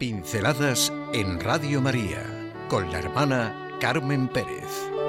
Pinceladas en Radio María con la hermana Carmen Pérez.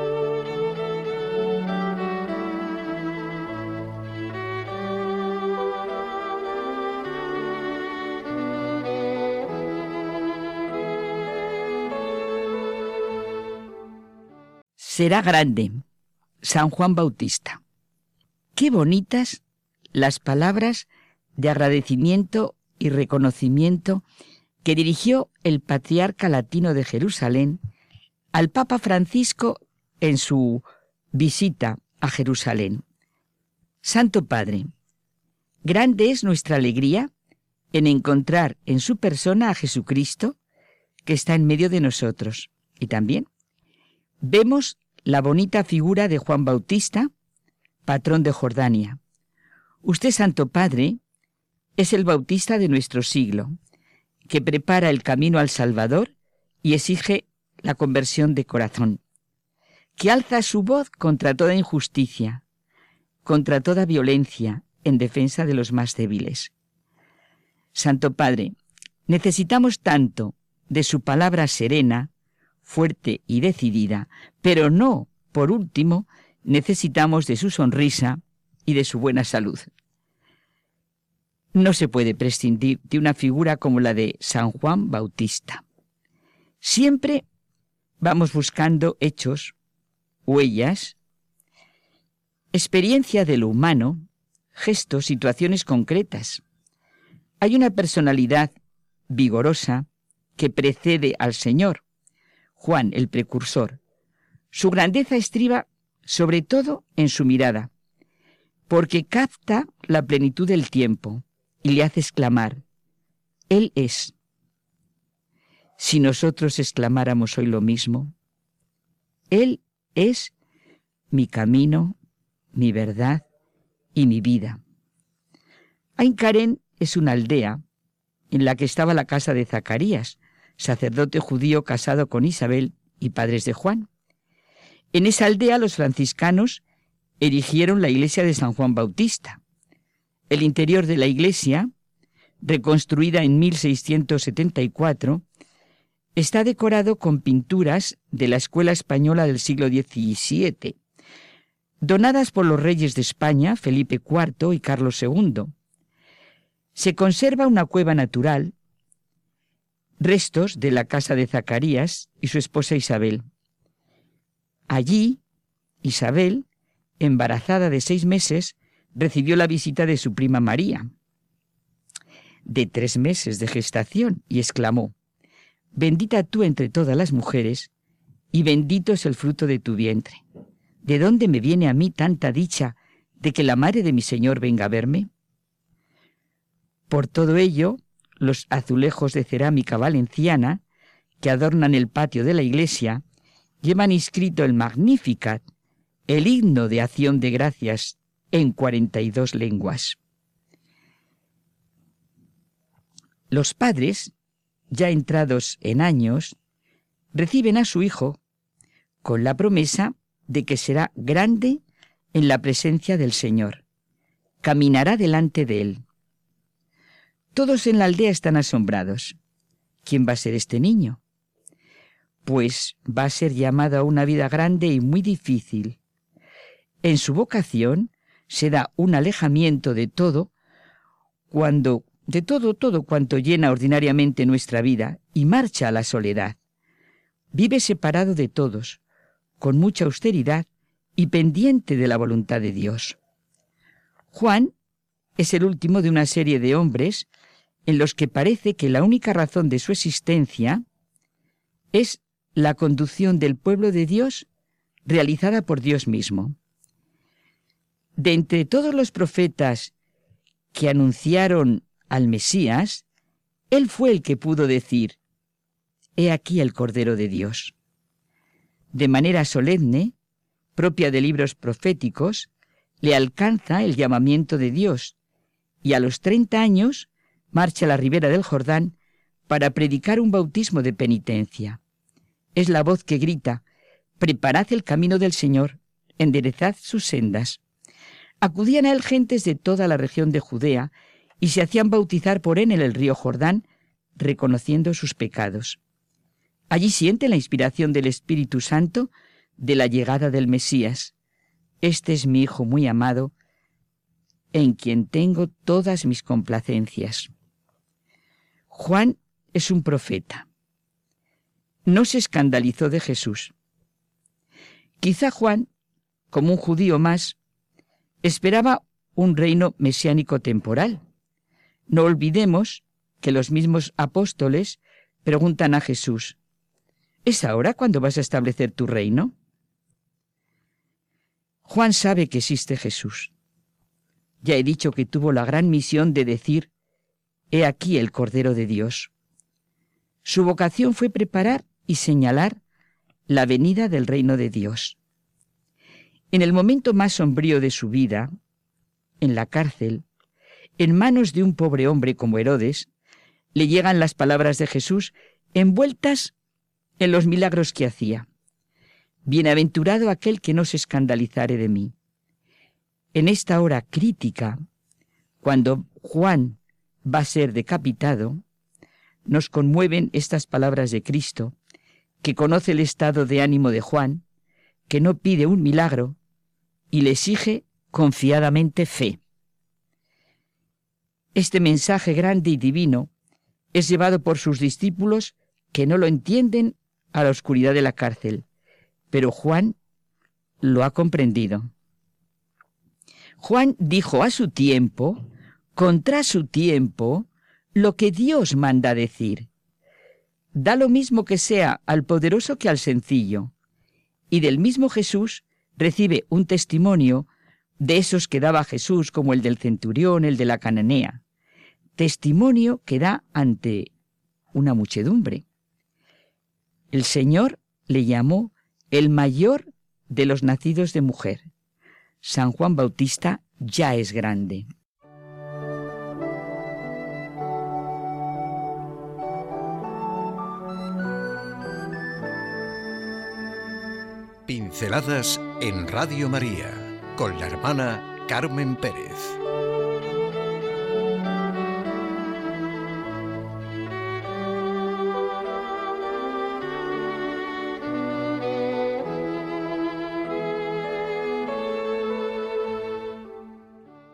Será grande, San Juan Bautista. Qué bonitas las palabras de agradecimiento y reconocimiento que dirigió el patriarca latino de Jerusalén al Papa Francisco en su visita a Jerusalén. Santo Padre, grande es nuestra alegría en encontrar en su persona a Jesucristo, que está en medio de nosotros. Y también vemos la bonita figura de Juan Bautista, patrón de Jordania. Usted, Santo Padre, es el Bautista de nuestro siglo, que prepara el camino al Salvador y exige la conversión de corazón, que alza su voz contra toda injusticia, contra toda violencia, en defensa de los más débiles. Santo Padre, necesitamos tanto de su palabra serena, fuerte y decidida, pero no, por último, necesitamos de su sonrisa y de su buena salud. No se puede prescindir de una figura como la de San Juan Bautista. Siempre vamos buscando hechos, huellas, experiencia de lo humano, gestos, situaciones concretas. Hay una personalidad vigorosa que precede al Señor, Juan, el precursor. Su grandeza estriba sobre todo en su mirada, porque capta la plenitud del tiempo y le hace exclamar: Él es. Si nosotros exclamáramos hoy lo mismo: Él es mi camino, mi verdad y mi vida. Ain Karen es una aldea en la que estaba la casa de Zacarías, sacerdote judío casado con Isabel y padres de Juan. En esa aldea los franciscanos erigieron la iglesia de San Juan Bautista. El interior de la iglesia, reconstruida en 1674, está decorado con pinturas de la escuela española del siglo XVII, donadas por los reyes de España, Felipe IV y Carlos II. Se conserva una cueva natural, restos de la casa de Zacarías y su esposa Isabel. Allí, Isabel, embarazada de 6 meses, recibió la visita de su prima María, de 3 meses de gestación, y exclamó: Bendita tú entre todas las mujeres, y bendito es el fruto de tu vientre. ¿De dónde me viene a mí tanta dicha de que la madre de mi Señor venga a verme? Por todo ello, los azulejos de cerámica valenciana que adornan el patio de la iglesia llevan inscrito el Magnificat, el himno de acción de gracias en 42 lenguas. Los padres, ya entrados en años, reciben a su hijo con la promesa de que será grande en la presencia del Señor. Caminará delante de él. Todos en la aldea están asombrados. ¿Quién va a ser este niño? Pues va a ser llamado a una vida grande y muy difícil. En su vocación se da un alejamiento de todo cuanto llena ordinariamente nuestra vida, y marcha a la soledad. Vive separado de todos, con mucha austeridad y pendiente de la voluntad de Dios. Juan es el último de una serie de hombres en los que parece que la única razón de su existencia es la conducción del pueblo de Dios realizada por Dios mismo. De entre todos los profetas que anunciaron al Mesías, él fue el que pudo decir: He aquí el Cordero de Dios. De manera solemne, propia de libros proféticos, le alcanza el llamamiento de Dios, y a los 30 años marcha a la ribera del Jordán para predicar un bautismo de penitencia. Es la voz que grita: Preparad el camino del Señor, enderezad sus sendas. Acudían a él gentes de toda la región de Judea y se hacían bautizar por él en el río Jordán reconociendo sus pecados. Allí siente la inspiración del Espíritu Santo de la llegada del Mesías. Este es mi Hijo muy amado, en quien tengo todas mis complacencias. Juan es un profeta. No se escandalizó de Jesús. Quizá Juan, como un judío más, esperaba un reino mesiánico temporal. No olvidemos que los mismos apóstoles preguntan a Jesús: ¿es ahora cuando vas a establecer tu reino? Juan sabe que existe Jesús. Ya he dicho que tuvo la gran misión de decir: «He aquí el Cordero de Dios». Su vocación fue preparar y señalar la venida del reino de Dios. En el momento más sombrío de su vida, en la cárcel, en manos de un pobre hombre como Herodes, le llegan las palabras de Jesús envueltas en los milagros que hacía. «Bienaventurado aquel que no se escandalizare de mí». En esta hora crítica, cuando Juan va a ser decapitado, nos conmueven estas palabras de Cristo, que conoce el estado de ánimo de Juan, que no pide un milagro y le exige confiadamente fe. Este mensaje grande y divino es llevado por sus discípulos que no lo entienden a la oscuridad de la cárcel, pero Juan lo ha comprendido. Juan dijo a su tiempo, contra su tiempo, lo que Dios manda decir. Da lo mismo que sea al poderoso que al sencillo. Y del mismo Jesús recibe un testimonio de esos que daba Jesús, como el del centurión, el de la cananea. Testimonio que da ante una muchedumbre. El Señor le llamó el mayor de los nacidos de mujer. San Juan Bautista ya es grande. Pinceladas en Radio María con la hermana Carmen Pérez.